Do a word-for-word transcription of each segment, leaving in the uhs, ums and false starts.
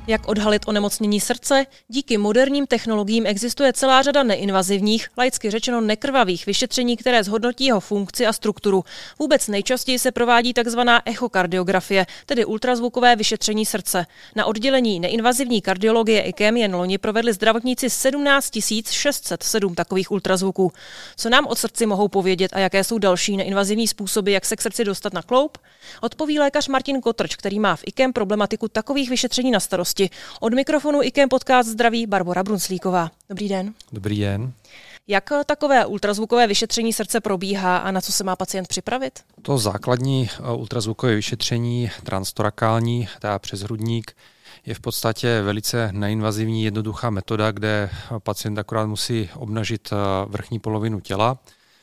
Jak odhalit onemocnění srdce? Díky moderním technologiím existuje celá řada neinvazivních, laicky řečeno nekrvavých vyšetření, které zhodnotí jeho funkci a strukturu. Vůbec nejčastěji se provádí takzvaná echokardiografie, tedy ultrazvukové vyšetření srdce. Na oddělení neinvazivní kardiologie I K E M jen loni provedli zdravotníci sedmnáct tisíc šest set sedm takových ultrazvuků. Co nám o srdci mohou povědět a jaké jsou další neinvazivní způsoby, jak se k srdci dostat na kloub? Odpoví lékař Martin Kotrč, který má v I K E M problematiku takových vyšetření na starosti. Od mikrofonu I K E M podcast zdraví Barbora Brunslíková. Dobrý den. Dobrý den. Jak takové ultrazvukové vyšetření srdce probíhá a na co se má pacient připravit? To základní ultrazvukové vyšetření transtorakální, teda přes hrudník, je v podstatě velice neinvazivní jednoduchá metoda, kde pacient akorát musí obnažit vrchní polovinu těla.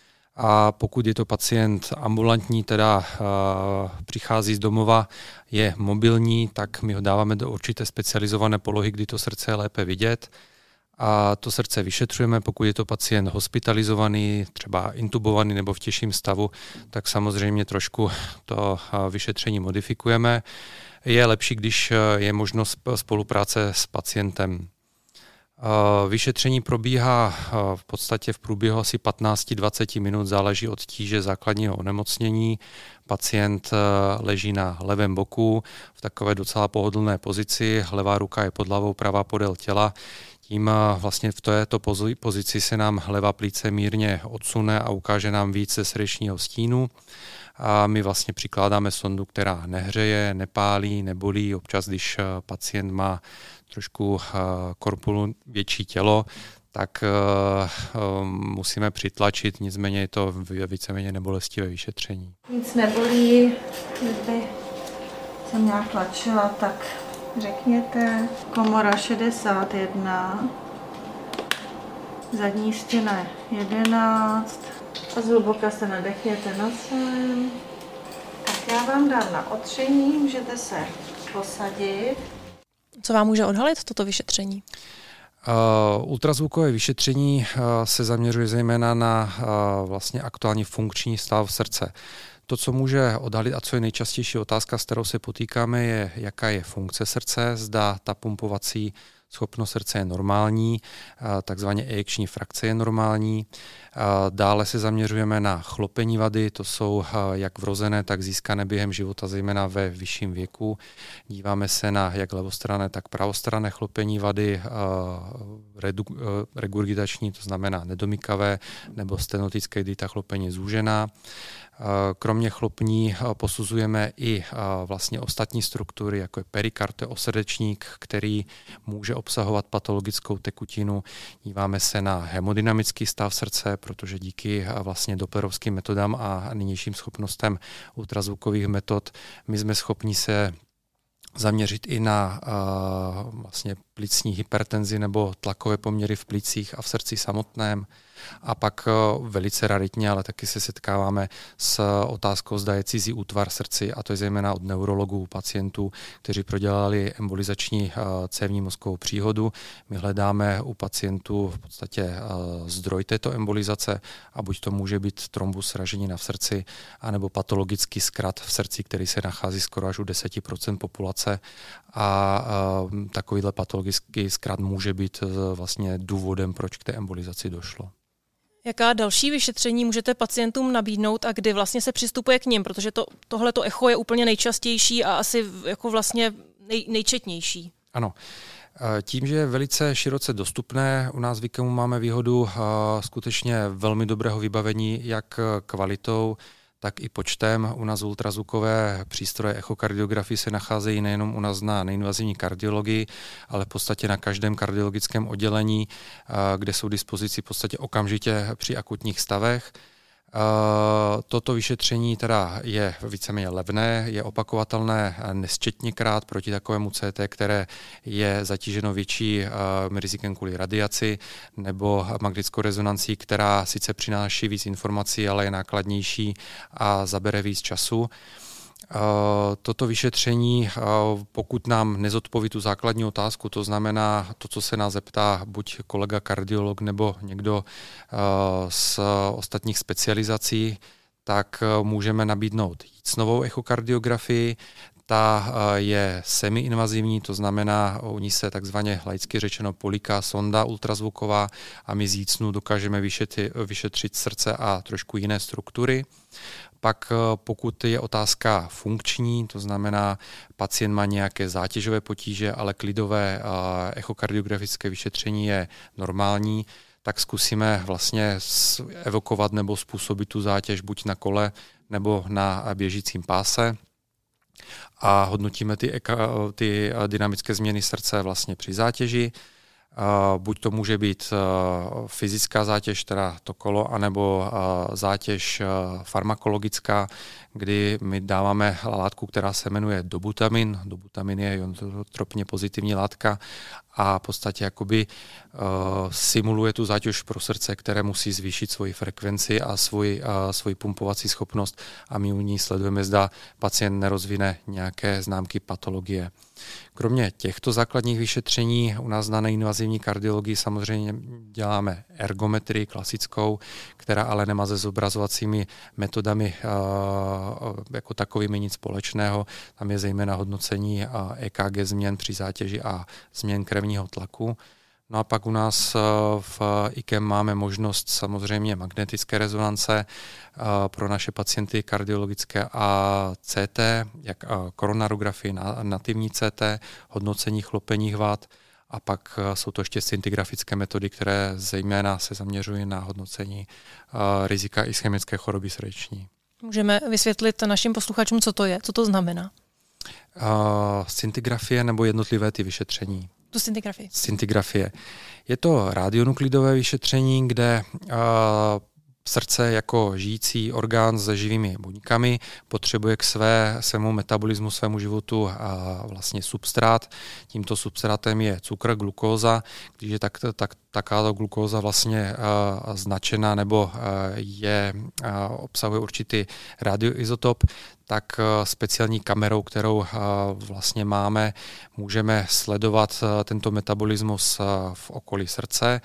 A pokud je to pacient ambulantní, teda uh, přichází z domova, je mobilní, tak my ho dáváme do určité specializované polohy, kdy to srdce je lépe vidět. A to srdce vyšetřujeme, pokud je to pacient hospitalizovaný, třeba intubovaný nebo v těžším stavu, tak samozřejmě trošku to vyšetření modifikujeme. Je lepší, když je možnost spolupráce s pacientem. Vyšetření probíhá v podstatě v průběhu asi patnáct až dvacet minut, záleží od tíže základního onemocnění. Pacient leží na levém boku v takové docela pohodlné pozici, levá ruka je pod hlavou, pravá podél těla. Tím vlastně v této pozici se nám levá plíce mírně odsune a ukáže nám víc ze srdečního stínu. A my vlastně přikládáme sondu, která nehřeje, nepálí, nebolí. Občas, když pacient má trošku korpulu větší tělo, tak uh, musíme přitlačit, nicméně je to víceméně nebolestivé vyšetření. Nic nebolí, kdyby jsem nějak tlačila, tak řekněte. Komora šedesát jedna, zadní stěna jedenáct a zhluboka se nadechněte nosem. Tak já vám dám na otření, můžete se posadit. Co vám může odhalit toto vyšetření? Uh, ultrazvukové vyšetření uh, se zaměřuje zejména na uh, vlastně aktuální funkční stav srdce. To, co může odhalit a co je nejčastější otázka, s kterou se potýkáme, je, jaká je funkce srdce, zda ta pumpovací schopnost srdce je normální, takzvaně ejekční frakce je normální. Dále se zaměřujeme na chlopení vady, to jsou jak vrozené, tak získané během života, zejména ve vyšším věku. Díváme se na jak levostranné, tak pravostranné chlopení vady, regurgitační, to znamená nedomykavé, nebo stenotické, kdy ta chlopení je zúžená. Kromě chlopní posuzujeme i vlastně ostatní struktury, jako je perikard, to je osrdečník, který může obsahovat patologickou tekutinu. Díváme se na hemodynamický stav srdce, protože díky vlastně dopplerovským metodám a nynějším schopnostem ultrazvukových metod my jsme schopni se zaměřit i na uh, vlastně plicní hypertenzi nebo tlakové poměry v plicích a v srdci samotném. A pak uh, velice raritně, ale taky se setkáváme s otázkou, zda je cizí útvar srdci, a to je zejména od neurologů, pacientů, kteří prodělali embolizační uh, cévní mozkovou příhodu. My hledáme u pacientů v podstatě uh, zdroj této embolizace a buď to může být trombus raženina v srdci, anebo patologický zkrat v srdci, který se nachází skoro až u deset procent populace. A uh, takovýhle patologický zkrat může být uh, vlastně důvodem, proč k té embolizaci došlo. Jaká další vyšetření můžete pacientům nabídnout a kdy vlastně se přistupuje k nim, protože to, tohleto echo je úplně nejčastější a asi jako vlastně nej, nejčetnější. Ano. Tím, že je velice široce dostupné, u nás v I K E M máme výhodu uh, skutečně velmi dobrého vybavení, jak kvalitou, tak i počtem. U nás ultrazvukové přístroje echokardiografie se nacházejí nejenom u nás na neinvazivní kardiologii, ale v podstatě na každém kardiologickém oddělení, kde jsou dispozici v podstatě okamžitě při akutních stavech. Toto vyšetření teda je víceméně levné, je opakovatelné nesčetněkrát proti takovému C T, které je zatíženo větší rizikem kvůli radiaci nebo magnetickou rezonancí, která sice přináší víc informací, ale je nákladnější a zabere víc času. Toto vyšetření, pokud nám nezodpoví tu základní otázku, to znamená to, co se nás zeptá buď kolega kardiolog nebo někdo z ostatních specializací, tak můžeme nabídnout jícnovou echokardiografii. Ta je semi-invazivní, to znamená, u ní se takzvaně laicky řečeno poliká sonda ultrazvuková a my z jícnu dokážeme vyšetřit, vyšetřit srdce a trošku jiné struktury. Pak pokud je otázka funkční, to znamená, pacient má nějaké zátěžové potíže, ale klidové echokardiografické vyšetření je normální, tak zkusíme vlastně evokovat nebo způsobit tu zátěž buď na kole nebo na běžícím páse a hodnotíme ty, eka, ty dynamické změny srdce vlastně při zátěži. Buď to může být fyzická zátěž, teda to kolo, anebo zátěž farmakologická, kdy my dáváme látku, která se jmenuje dobutamin. Dobutamin je ionotropně pozitivní látka a v podstatě jakoby uh, simuluje tu zátěž pro srdce, které musí zvýšit svoji frekvenci a svůj, uh, svoji pumpovací schopnost a my u ní sledujeme, zda pacient nerozvine nějaké známky patologie. Kromě těchto základních vyšetření u nás na neinvazivní kardiologii samozřejmě děláme ergometrii klasickou, která ale nemá se zobrazovacími metodami uh, jako takovými nic společného. Tam je zejména hodnocení uh, E K G změn při zátěži a změn krevního tlaku. No a pak u nás v I K E M máme možnost samozřejmě magnetické rezonance pro naše pacienty kardiologické a C T, jak koronarografii, nativní C T, hodnocení chlopeních vad a pak jsou to ještě scintigrafické metody, které zejména se zaměřují na hodnocení rizika ischemické choroby srdeční. Můžeme vysvětlit našim posluchačům, co to je, co to znamená? Uh, scintigrafie nebo jednotlivé ty vyšetření. Tu scintigrafii. Scintigrafie. Je to radionuklidové vyšetření, kde uh, srdce jako žijící orgán se živými buňkami potřebuje k své, svému metabolismu, svému životu uh, vlastně substrát. Tímto substrátem je cukr, glukóza. Když je tak, tak, takáto glukóza vlastně uh, značena nebo uh, je, uh, obsahuje určitý radioizotop, tak speciální kamerou, kterou vlastně máme, můžeme sledovat tento metabolismus v okolí srdce.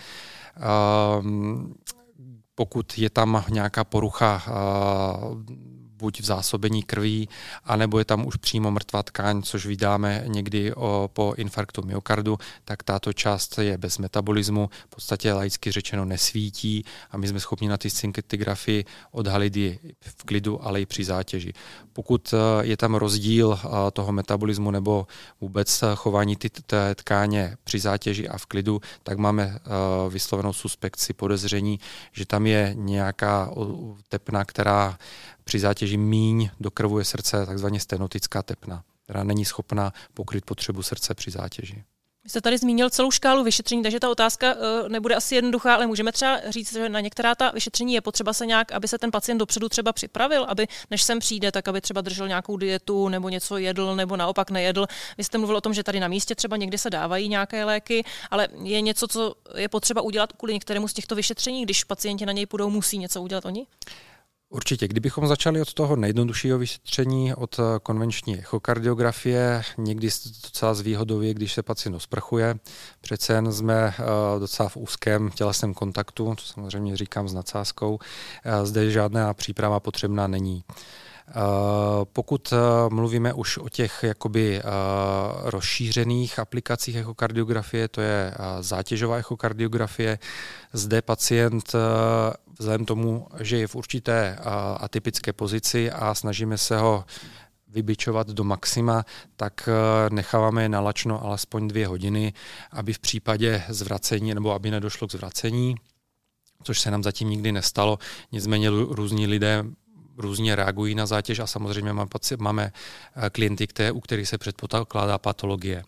Pokud je tam nějaká porucha buď v zásobení krví, anebo je tam už přímo mrtvá tkáň, což vydáme někdy o, po infarktu myokardu, tak tato část je bez metabolismu, v podstatě laicky řečeno nesvítí a my jsme schopni na té scintigrafii odhalit ji v klidu, ale i při zátěži. Pokud je tam rozdíl toho metabolismu nebo vůbec chování té tkáně při zátěži a v klidu, tak máme vyslovenou suspekci, podezření, že tam je nějaká tepna, která při zátěži míň dokrvuje srdce, takzvaně stenotická tepna, která není schopna pokryt potřebu srdce při zátěži. Vy jste tady zmínil celou škálu vyšetření, takže ta otázka uh, nebude asi jednoduchá, ale můžeme třeba říct, že na některá ta vyšetření je potřeba se nějak, aby se ten pacient dopředu třeba připravil, aby než sem přijde, tak aby třeba držel nějakou dietu nebo něco jedl nebo naopak nejedl. Vy jste mluvil o tom, že tady na místě třeba někdy se dávají nějaké léky, ale je něco, co je potřeba udělat kvůli některému z těchto vyšetření, když pacienti na něj půjdou, musí něco udělat oni? Určitě, kdybychom začali od toho nejjednoduššího vyšetření, od konvenční echokardiografie, někdy docela z výhodou je, když se pacient osprchuje. Přece jen jsme docela v úzkém tělesném kontaktu, to samozřejmě říkám s nadsázkou, zde žádná příprava potřebná není. Pokud mluvíme už o těch jakoby rozšířených aplikacích echokardiografie, to je zátěžová echokardiografie, zde pacient vzhledem tomu, že je v určité atypické pozici a snažíme se ho vybičovat do maxima, tak necháváme nalačno alespoň dvě hodiny, aby v případě zvracení nebo aby nedošlo k zvracení, což se nám zatím nikdy nestalo. Nicméně různí lidé různě reagují na zátěž a samozřejmě máme klienty, které, u kterých se předpokládá patologie.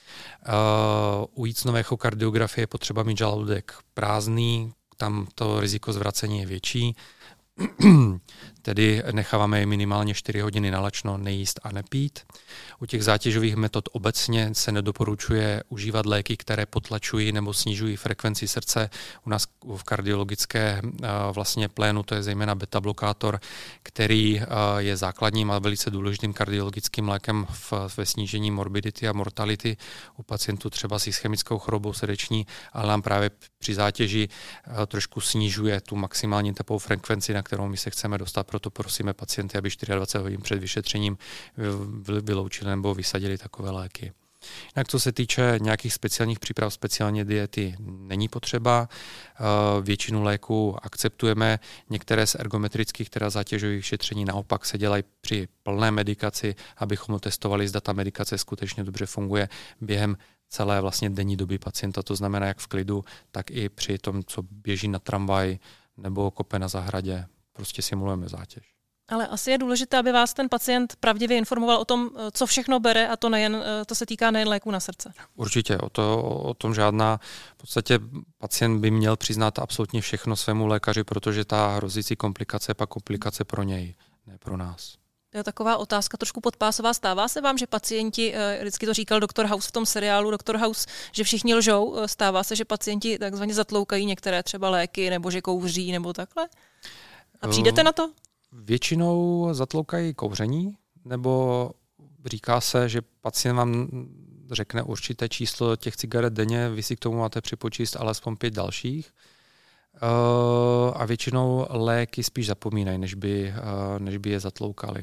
U jícnové echokardiografie je potřeba mít žaludek prázdný, tam to riziko zvracení je větší, tedy necháváme je minimálně čtyři hodiny nalačno nejíst a nepít. U těch zátěžových metod obecně se nedoporučuje užívat léky, které potlačují nebo snižují frekvenci srdce. U nás v kardiologické vlastně plénu to je zejména beta-blokátor, který je základním a velice důležitým kardiologickým lékem ve snížení morbidity a mortality u pacientů třeba s ischemickou chorobou srdeční, ale nám právě při zátěži trošku snižuje tu maximální tepovou frekvenci, na kterou my se chceme dostat, proto prosíme pacienty, aby dvacet čtyři hodin před vyšetřením vyloučili nebo vysadili takové léky. Jinak co se týče nějakých speciálních příprav, speciálně diety, není potřeba. Většinu léků akceptujeme. Některé z ergometrických, teda zátěžových šetření, naopak se dělají při plné medikaci, abychom testovali, zda ta medikace skutečně dobře funguje během celé vlastně denní doby pacienta. To znamená jak v klidu, tak i při tom, co běží na tramvaj nebo kope na zahradě. Prostě simulujeme zátěž. Ale asi je důležité, aby vás ten pacient pravdivě informoval o tom, co všechno bere, a to nejen, to se týká nejen léků na srdce. Určitě, o, to, o tom žádná. V podstatě pacient by měl přiznat absolutně všechno svému lékaři, protože ta hrozící komplikace je pak komplikace pro něj, ne pro nás. To je taková otázka trošku podpásová. Stává se vám, že pacienti, vždycky to říkal doktor House v tom seriálu doktor House, že všichni lžou, stává se, že pacienti takzvaně zatloukají některé třeba léky, nebo že kouří, nebo takhle? A přijdete na to? Většinou zatloukají kouření, nebo říká se, že pacient vám řekne určité číslo těch cigaret denně, vy si k tomu máte připočíst alespoň pět dalších. A většinou léky spíš zapomínají, než by, než by je zatloukali.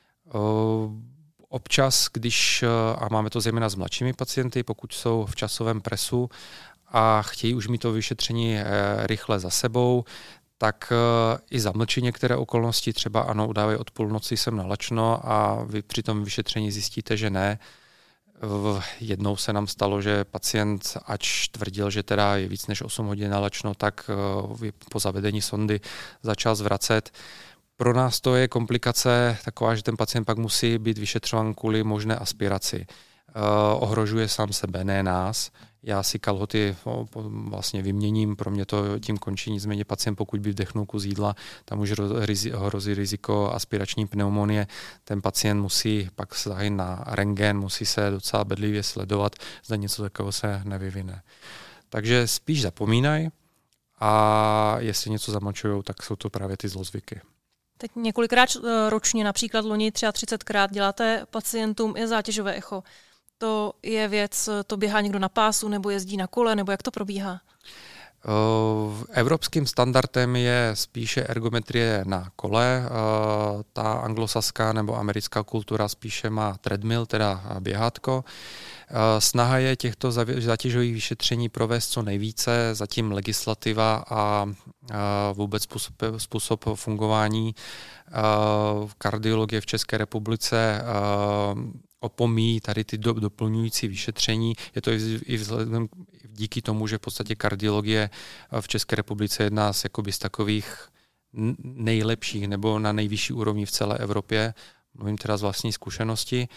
Občas, když, a máme to zejména s mladšími pacienty, pokud jsou v časovém presu a chtějí už mít to vyšetření rychle za sebou, tak i zamlčí některé okolnosti, třeba ano, udávají od půlnoci jsem na lačno a vy při tom vyšetření zjistíte, že ne. Jednou se nám stalo, že pacient, ač tvrdil, že teda je víc než osm hodin na lačno, tak po zavedení sondy začal zvracet. Pro nás to je komplikace taková, že ten pacient pak musí být vyšetřován kvůli možné aspiraci. Ohrožuje sám sebe, ne nás. Já si kalhoty vlastně vyměním, pro mě to tím končí, nicméně pacient, pokud by vdechnul kus jídla, tam už hrozí riziko aspirační pneumonie. Ten pacient musí pak zajít na rentgen, musí se docela bedlivě sledovat, zda něco takového se nevyvine. Takže spíš zapomínají a jestli něco zamlčují, tak jsou to právě ty zlozvyky. Teď několikrát ročně, například loni třicetkrát děláte pacientům i zátěžové echo. To je věc, to běhá někdo na pásu, nebo jezdí na kole, nebo jak to probíhá? Evropským standardem je spíše ergometrie na kole. Ta anglosaská nebo americká kultura spíše má treadmill, teda běhátko. Snaha je těchto zátěžových vyšetření provést co nejvíce, zatím legislativa a vůbec způsob, způsob fungování kardiologie v České republice opomíjí tady ty do, doplňující vyšetření. Je to i, i vzhledem díky tomu, že v podstatě kardiologie v České republice je jedna z, jakoby, z takových nejlepších nebo na nejvyšší úrovni v celé Evropě. Mluvím teda z vlastní zkušenosti.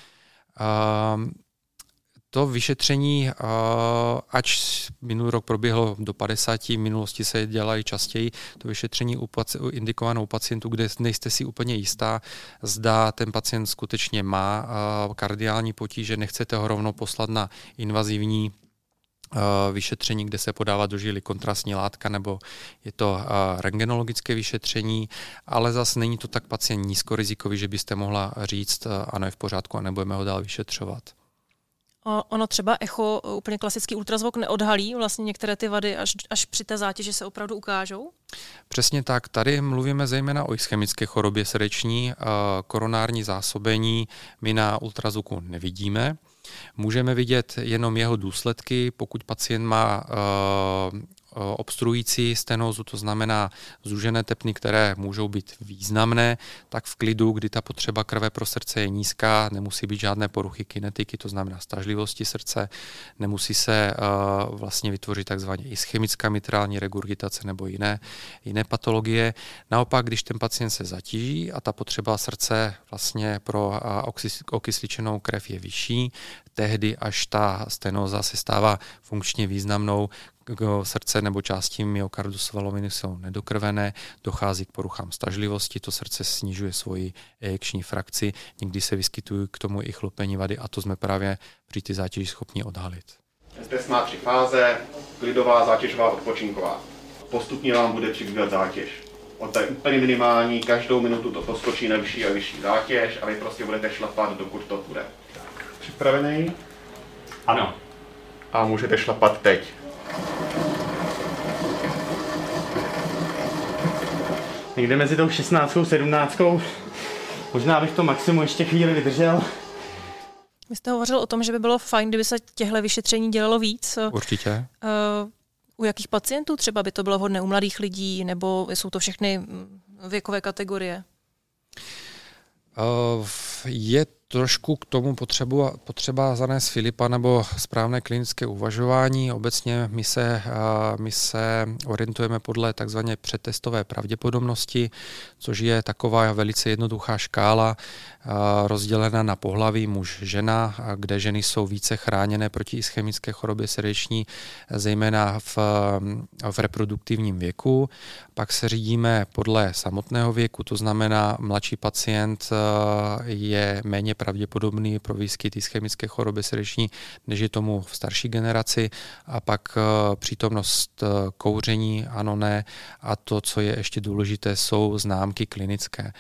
To vyšetření, ač minulý rok proběhlo do padesáti, v minulosti se dělají častěji, to vyšetření indikovanou pacientů, kde nejste si úplně jistá, zda ten pacient skutečně má kardiální potíže, nechcete ho rovnou poslat na invazivní vyšetření, kde se podává do žily kontrastní látka, nebo je to rentgenologické vyšetření, ale zase není to tak pacient nízkorizikový, že byste mohla říct, ano, je v pořádku a nebudeme ho dál vyšetřovat. Ono třeba echo, úplně klasický ultrazvuk, neodhalí vlastně některé ty vady, až, až při té zátěži se opravdu ukážou? Přesně tak. Tady mluvíme zejména o ischemické chorobě srdeční. Koronární zásobení my na ultrazvuku nevidíme. Můžeme vidět jenom jeho důsledky, pokud pacient má obstruující stenózu, to znamená zúžené tepny, které můžou být významné, tak v klidu, kdy ta potřeba krve pro srdce je nízká, nemusí být žádné poruchy kinetiky, to znamená stažlivosti srdce, nemusí se uh, vlastně vytvořit takzvaně ischemická mitrální regurgitace nebo jiné, jiné patologie. Naopak, když ten pacient se zatíží a ta potřeba srdce vlastně pro uh, okys- okysličenou krev je vyšší, tehdy až ta stenóza se stává funkčně významnou, srdce nebo části myokardu svaloviny jsou nedokrvené, dochází k poruchám stažlivosti, to srdce snižuje svoji ejekční frakci, někdy se vyskytují k tomu i chlupení vady a to jsme právě při ty zátěži schopni odhalit. Test má tři fáze, klidová, zátěžová, odpočinková. Postupně vám bude přibývat zátěž. Od té úplně minimální, každou minutu to poskočí na vyšší a vyšší zátěž a vy prostě budete šlapat, dokud to půjde. Připravený? Ano. A můžete šlapat teď. někde mezi tou šestnáctkou, sedmnáctkou. Možná bych to maximum ještě chvíli vydržel. Vy jste hovořil o tom, že by bylo fajn, kdyby se těchto vyšetření dělalo víc. Určitě. Uh, u jakých pacientů třeba by to bylo vhodné? U mladých lidí nebo jsou to všechny věkové kategorie? Uh, je trošku k tomu potřeba, potřeba zanést Filipa nebo správné klinické uvažování. Obecně my se, my se orientujeme podle takzvané předtestové pravděpodobnosti, což je taková velice jednoduchá škála rozdělena na pohlaví muž, žena, kde ženy jsou více chráněné proti ischemické chorobě srdeční, zejména v, v reproduktivním věku. Pak se řídíme podle samotného věku, to znamená, mladší pacient je méně pravděpodobný pro výskyt ischemické choroby srdeční, než je tomu v starší generaci. A pak přítomnost kouření, ano, ne. A to, co je ještě důležité, jsou známky klinické.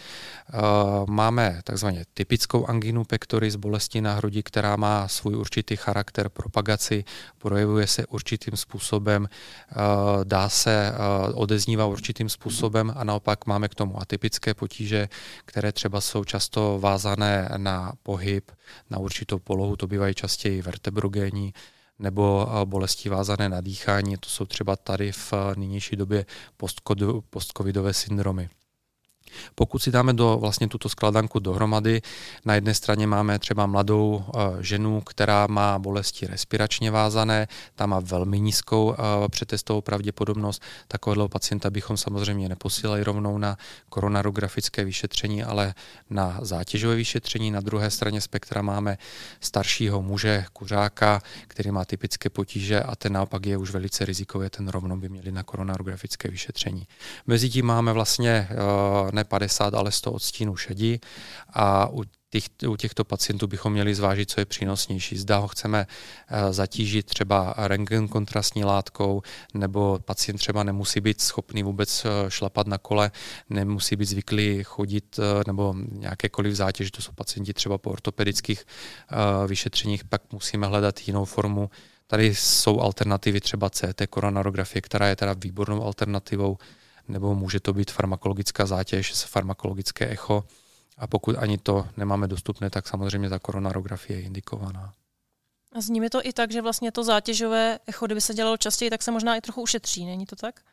Máme takzvaně typickou anginu pectoris, bolesti na hrudi, která má svůj určitý charakter, propagaci, projevuje se určitým způsobem, dá se, odeznívá určitým způsobem a naopak máme k tomu atypické potíže, které třeba jsou často vázané na pohyb, na určitou polohu, to bývají častěji vertebrogénní, nebo bolesti vázané na dýchání, to jsou třeba tady v nynější době postcovidové syndromy. Pokud si dáme do vlastně tuto skladanku dohromady, na jedné straně máme třeba mladou ženu, která má bolesti respiračně vázané, ta má velmi nízkou předtestovou pravděpodobnost. Takového pacienta bychom samozřejmě neposílali rovnou na koronarografické vyšetření, ale na zátěžové vyšetření. Na druhé straně spektra máme staršího muže, kuřáka, který má typické potíže a ten naopak je už velice rizikový, ten rovnou by měli na koronarografické vyšetření. Mezitím máme vlastně ne padesát, ale sto odstínů šedi a u, těch, u těchto pacientů bychom měli zvážit, co je přínosnější. Zda ho chceme zatížit třeba rentgen kontrastní látkou, nebo pacient třeba nemusí být schopný vůbec šlapat na kole, nemusí být zvyklý chodit nebo nějakékoliv zátěž, to jsou pacienti třeba po ortopedických vyšetřeních, pak musíme hledat jinou formu. Tady jsou alternativy třeba C T koronarografie, která je teda výbornou alternativou, nebo může to být farmakologická zátěž z farmakologické echo. A pokud ani to nemáme dostupné, tak samozřejmě ta koronarografie je indikovaná. A zní mi to i tak, že vlastně to zátěžové echo, kdyby se dělalo častěji, tak se možná i trochu ušetří, není to tak?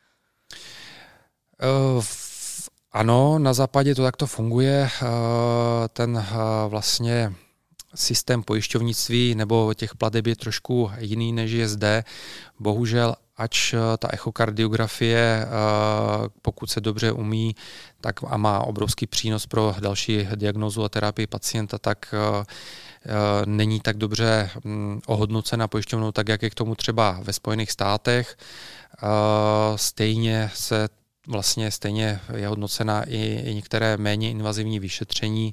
Uh, ano, na západě to takto funguje. Uh, ten uh, vlastně systém pojišťovnictví nebo těch plateb je trošku jiný, než je zde. Bohužel ač ta echokardiografie, pokud se dobře umí, tak a má obrovský přínos pro další diagnózu a terapii pacienta, tak není tak dobře ohodnocena pojišťovnou, tak jak je k tomu třeba ve Spojených státech. Stejně se vlastně stejně je hodnocena i, i některé méně invazivní vyšetření.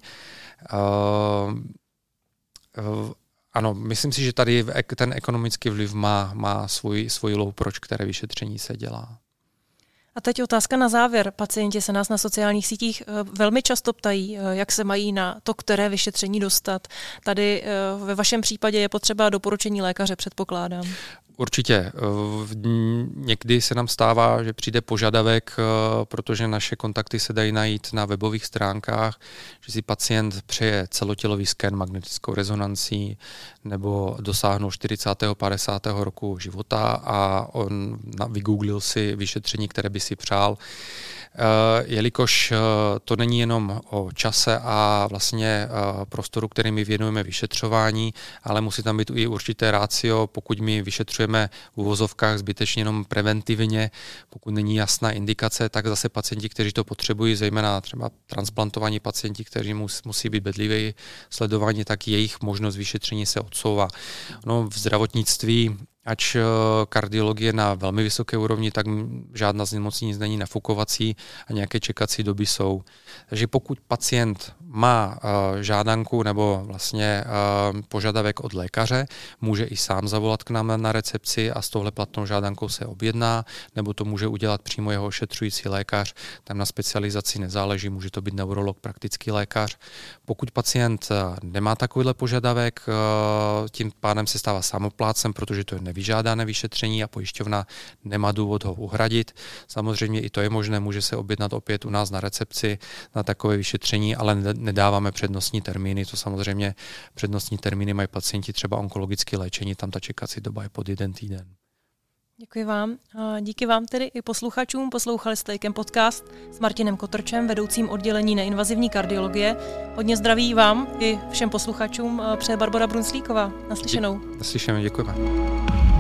Ano, myslím si, že tady ten ekonomický vliv má, má svůj, svůj lou, proč které vyšetření se dělá. A teď otázka na závěr. Pacienti se nás na sociálních sítích velmi často ptají, jak se mají na to, které vyšetření dostat. Tady ve vašem případě je potřeba doporučení lékaře, předpokládám. Určitě. Někdy se nám stává, že přijde požadavek, protože naše kontakty se dají najít na webových stránkách, že si pacient přeje celotělový sken magnetickou rezonancí nebo dosáhnou čtyřicátého padesátého roku života a on vygooglil si vyšetření, které by si přál. Jelikož to není jenom o čase a vlastně prostoru, který my věnujeme vyšetřování, ale musí tam být i určité ratio, pokud my vyšetřujeme v uvozovkách zbytečně jenom preventivně, pokud není jasná indikace, tak zase pacienti, kteří to potřebují, zejména třeba transplantovaní pacienti, kteří musí být bedlivěji sledování, tak jejich možnost vyšetření se odsouvá. No, v zdravotnictví, ač kardiologie na velmi vysoké úrovni, tak žádná z nemocnic není nafukovací a nějaké čekací doby jsou. Takže pokud pacient má uh, žádanku nebo vlastně uh, požadavek od lékaře, může i sám zavolat k nám na recepci a s touhle platnou žádankou se objedná, nebo to může udělat přímo jeho ošetřující lékař. Tam na specializaci nezáleží, může to být neurolog, praktický lékař. Pokud pacient nemá takovýhle požadavek, uh, tím pádem se stává samoplácem, protože to je nevyžádané vyšetření a pojišťovna nemá důvod ho uhradit. Samozřejmě i to je možné, může se objednat opět u nás na recepci na takové vyšetření, ale nedáváme přednostní termíny. To samozřejmě přednostní termíny mají pacienti třeba onkologické léčení, tam ta čekací doba je pod jeden týden. Děkuji vám. Díky vám tedy i posluchačům. Poslouchali jste IKEM podcast s Martinem Kotrčem, vedoucím oddělení neinvazivní kardiologie. Hodně zdraví vám i všem posluchačům přeje Barbora Brunslíková. Naslyšenou. Naslyšenou, děkujeme.